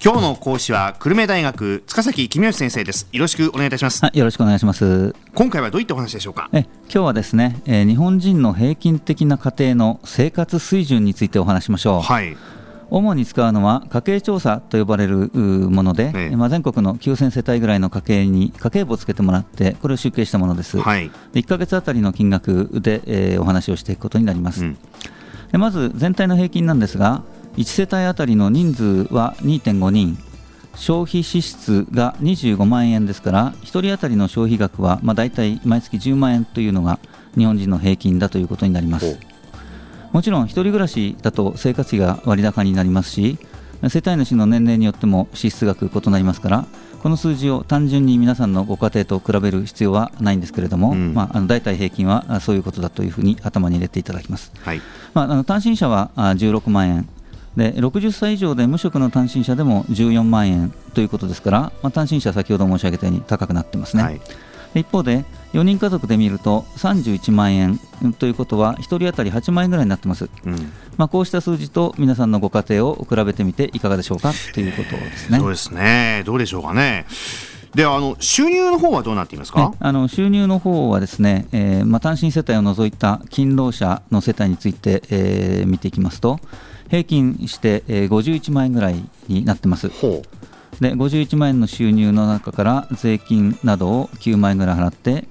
今日の講師は久留米大学塚崎公義先生です。よろしくお願いいたします。 よろしくお願いします。 今回はどういったお話でしょうか。 今日はですね、日本人の平均的な家庭の生活水準についてお話しましょう。 はい。 主に使うのは家計調査と呼ばれるもので、全国の9000世帯ぐらいの家計に家計簿をつけてもらってこれを集計したものです。 はい、 1ヶ月あたりの金額で、お話をしていくことになります。でまず全体の平均なんですが、1世帯あたりの人数は 2.5 人、消費支出が25万円ですから、1人当たりの消費額はだいたい毎月10万円というのが日本人の平均だということになります。もちろん1人暮らしだと生活費が割高になりますし、世帯主の年齢によっても支出額異なりますから、この数字を単純に皆さんのご家庭と比べる必要はないんですけれども、だいたい平均はそういうことだというふうに頭に入れていただきます。 はい。 単身者は16万円で、60歳以上で無職の単身者でも14万円ということですから、単身者先ほど申し上げたように高くなってますね。はい、一方で4人家族で見ると31万円ということは1人当たり8万円ぐらいになってます。こうした数字と皆さんのご家庭を比べてみていかがでしょうかということですね。 そうですね。どうでしょうかね。で収入の方はどうなっていますか。 収入の方はですね、単身世帯を除いた勤労者の世帯について、見ていきますと、平均して、51万円ぐらいになってます。で51万円の収入の中から税金などを9万円ぐらい払って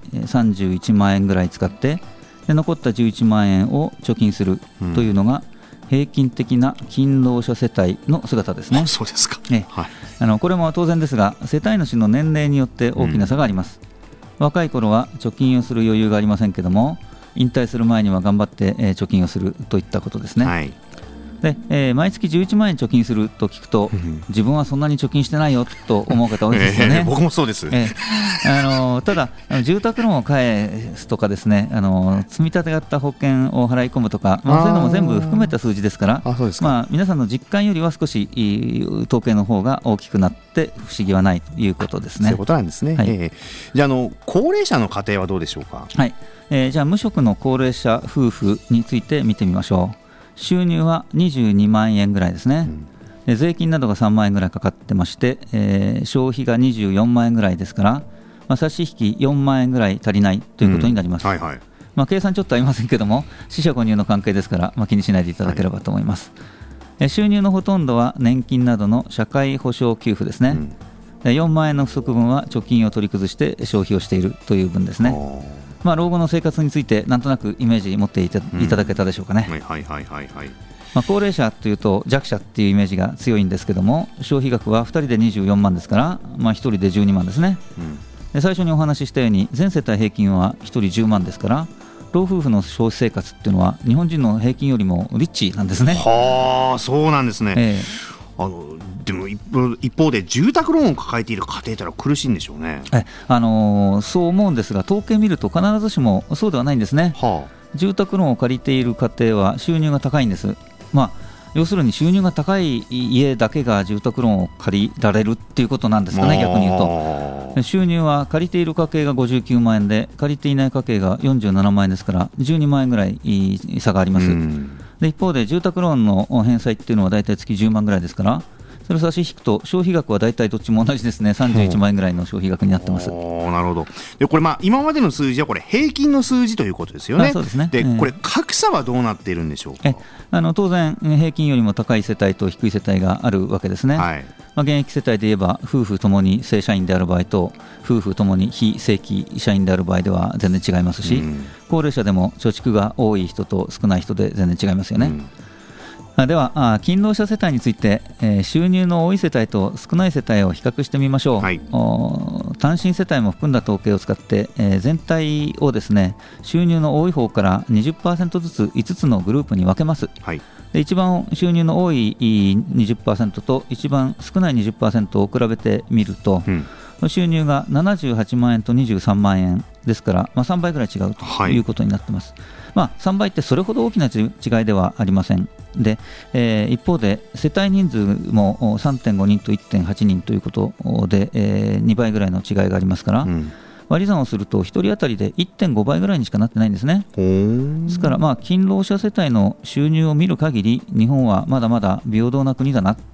31万円ぐらい使って、で残った11万円を貯金するというのが平均的な勤労者世帯の姿ですね。 そうですか。 これも当然ですが、世帯主の年齢によって大きな差があります。若い頃は貯金をする余裕がありませんけども、引退する前には頑張って、貯金をするといったことですね。 はい。 で毎月11万円貯金すると聞くと、自分はそんなに貯金してないよと思う方多いですよね。 僕もそうです。 ただ住宅ローンを返すとかですね、積み立て型保険を払い込むとか、そういうのも全部含めた数字ですから、皆さんの実感よりは少し統計の方が大きくなって不思議はないということですね。 そういうことなんですね。はい。じゃあ高齢者の家庭はどうでしょうか。 はい。じゃあ無職の高齢者夫婦について見てみましょう。収入は22万円ぐらいですね。で税金などが3万円ぐらいかかってまして、消費が24万円ぐらいですから、差し引き4万円ぐらい足りないということになります。計算ちょっとありませんけども、四捨五入の関係ですから、気にしないでいただければと思います。収入のほとんどは年金などの社会保障給付ですね。4万円の不足分は貯金を取り崩して消費をしているという分ですね。老後の生活についてなんとなくイメージ持っていただけたでしょうかね。高齢者というと弱者っていうイメージが強いんですけども、消費額は2人で24万ですから、1人で12万ですね。で最初にお話ししたように全世帯平均は1人10万ですから、老夫婦の消費生活っていうのは日本人の平均よりもリッチなんですね。 はあ、そうなんですね。でも一方で住宅ローンを抱えている家庭というのは苦しいんでしょうね。 そう思うんですが、統計見ると必ずしもそうではないんですね。住宅ローンを借りている家庭は収入が高いんです。要するに収入が高い家だけが住宅ローンを借りられるっていうことなんですかね。逆に言うと収入は借りている家計が59万円で借りていない家計が47万円ですから、12万円ぐらい差があります。で一方で住宅ローンの返済っていうのはだいたい月10万ぐらいですから、それを差し引くと消費額はだいたいどっちも同じですね。31万円ぐらいの消費額になってます。 なるほど。でこれ今までの数字はこれ平均の数字ということですよね。 そうですね。 でこれ格差はどうなっているんでしょうか。 当然平均よりも高い世帯と低い世帯があるわけですね。現役世帯で言えば夫婦ともに正社員である場合と夫婦ともに非正規社員である場合では全然違いますし、高齢者でも貯蓄が多い人と少ない人で全然違いますよね。では勤労者世帯について、収入の多い世帯と少ない世帯を比較してみましょう。単身世帯も含んだ統計を使って、全体をですね、収入の多い方から 20% ずつ5つのグループに分けます。で一番収入の多い 20% と一番少ない 20% を比べてみると、収入が78万円と23万円ですから、3倍ぐらい違うということになっています。3倍ってそれほど大きな違いではありません。で、一方で世帯人数も 3.5 人と 1.8 人ということで、2倍ぐらいの違いがありますから、割り算をすると1人当たりで 1.5 倍ぐらいにしかなってないんですね。ですから勤労者世帯の収入を見る限り日本はまだまだ平等な国だな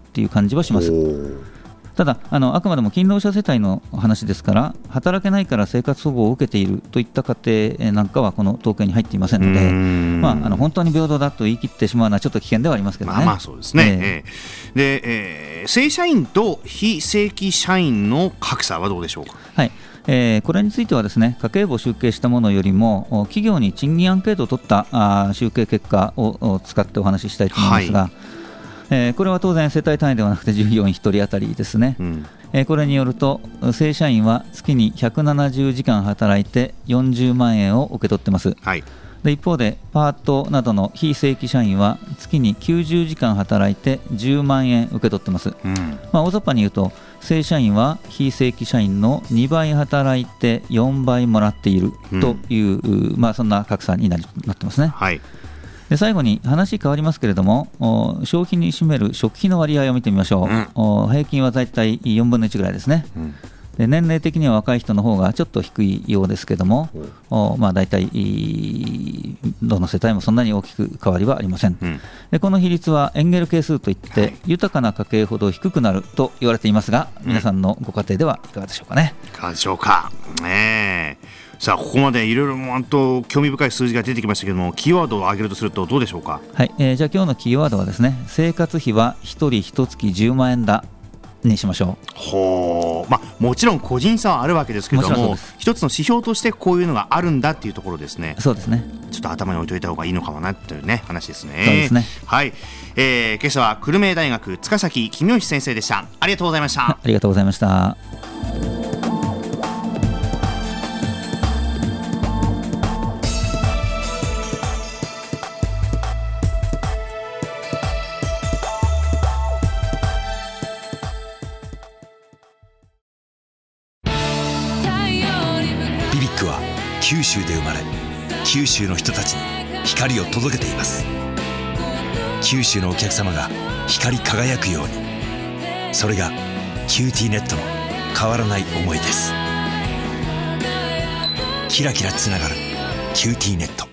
っていう感じはします。ただあくまでも勤労者世帯の話ですから、働けないから生活保護を受けているといった家庭なんかはこの統計に入っていませんので、本当に平等だと言い切ってしまうのはちょっと危険ではありますけどね。 そうですね。で、正社員と非正規社員の格差はどうでしょうか。 はい、これについてはですね、家計簿を集計したものよりも企業に賃金アンケートを取った集計結果を使ってお話ししたいと思いますが、これは当然世帯単位ではなくて従業員1人当たりですね。これによると正社員は月に170時間働いて40万円を受け取ってます。で一方でパートなどの非正規社員は月に90時間働いて10万円受け取ってます。大雑把に言うと正社員は非正規社員の2倍働いて4倍もらっているという、そんな格差になってますね。で最後に話変わりますけれども、消費に占める食費の割合を見てみましょう。平均はだいたい4分の1ぐらいですね。で年齢的には若い人の方がちょっと低いようですけども、だいたいどの世帯もそんなに大きく変わりはありません。でこの比率はエンゲル係数といって、豊かな家計ほど低くなると言われていますが、皆さんのご家庭ではいかがでしょうかね。 いかがでしょうか。さあここまでいろいろ興味深い数字が出てきましたけども、キーワードを挙げるとするとどうでしょうか。 じゃあ今日のキーワードはですね、生活費は1人1月10万円だにしましょう。もちろん個人差はあるわけですけども、一つの指標としてこういうのがあるんだっていうところですね。 そうですね。 ちょっと頭に置いといた方がいいのかもなというね話ですね。 そうですね。 はい、今朝は久留米大学塚崎公義先生でした。ありがとうございました。 ありがとうございました。 ビビックは九州で生まれ、九州の人たちに光を届けています。九州のお客様が光り輝くように、それがキューティーネットの変わらない思いです。キラキラつながるキューティーネット。